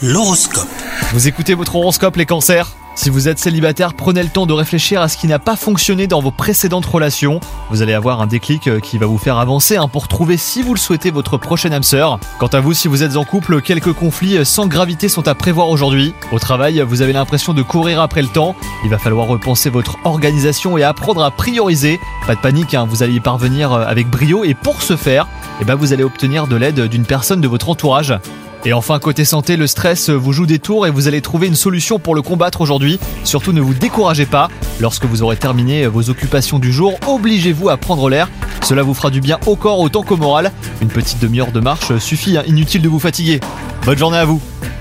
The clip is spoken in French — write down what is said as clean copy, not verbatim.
L'horoscope. Vous écoutez votre horoscope les cancers ? Si vous êtes célibataire, prenez le temps de réfléchir à ce qui n'a pas fonctionné dans vos précédentes relations. Vous allez avoir un déclic qui va vous faire avancer pour trouver, si vous le souhaitez, votre prochaine âme sœur. Quant à vous, si vous êtes en couple, quelques conflits sans gravité sont à prévoir aujourd'hui. Au travail, vous avez l'impression de courir après le temps. Il va falloir repenser votre organisation et apprendre à prioriser. Pas de panique, vous allez y parvenir avec brio et pour ce faire, vous allez obtenir de l'aide d'une personne de votre entourage. Et enfin, côté santé, le stress vous joue des tours et vous allez trouver une solution pour le combattre aujourd'hui. Surtout, ne vous découragez pas. Lorsque vous aurez terminé vos occupations du jour, obligez-vous à prendre l'air. Cela vous fera du bien au corps autant qu'au moral. Une petite demi-heure de marche suffit, inutile de vous fatiguer. Bonne journée à vous.